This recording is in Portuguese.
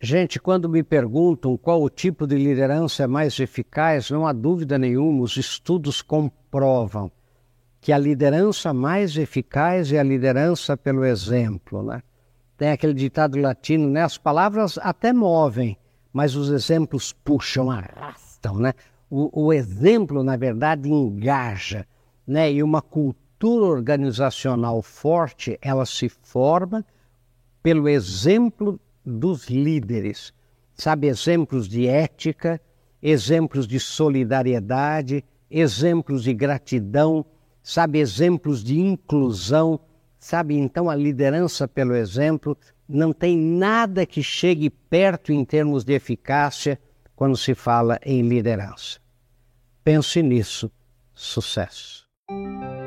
Gente, quando me perguntam qual o tipo de liderança é mais eficaz, não há dúvida nenhuma, os estudos comprovam que a liderança mais eficaz é a liderança pelo exemplo, né? Tem aquele ditado latino, né? As palavras até movem, mas os exemplos puxam, arrastam, né? O exemplo, na verdade, engaja, né? E uma cultura organizacional forte, ela se forma pelo exemplo dos líderes, sabe? Exemplos de ética, exemplos de solidariedade, exemplos de gratidão, sabe? Exemplos de inclusão, sabe? Então a liderança pelo exemplo não tem nada que chegue perto em termos de eficácia quando se fala em liderança. Pense nisso. Sucesso.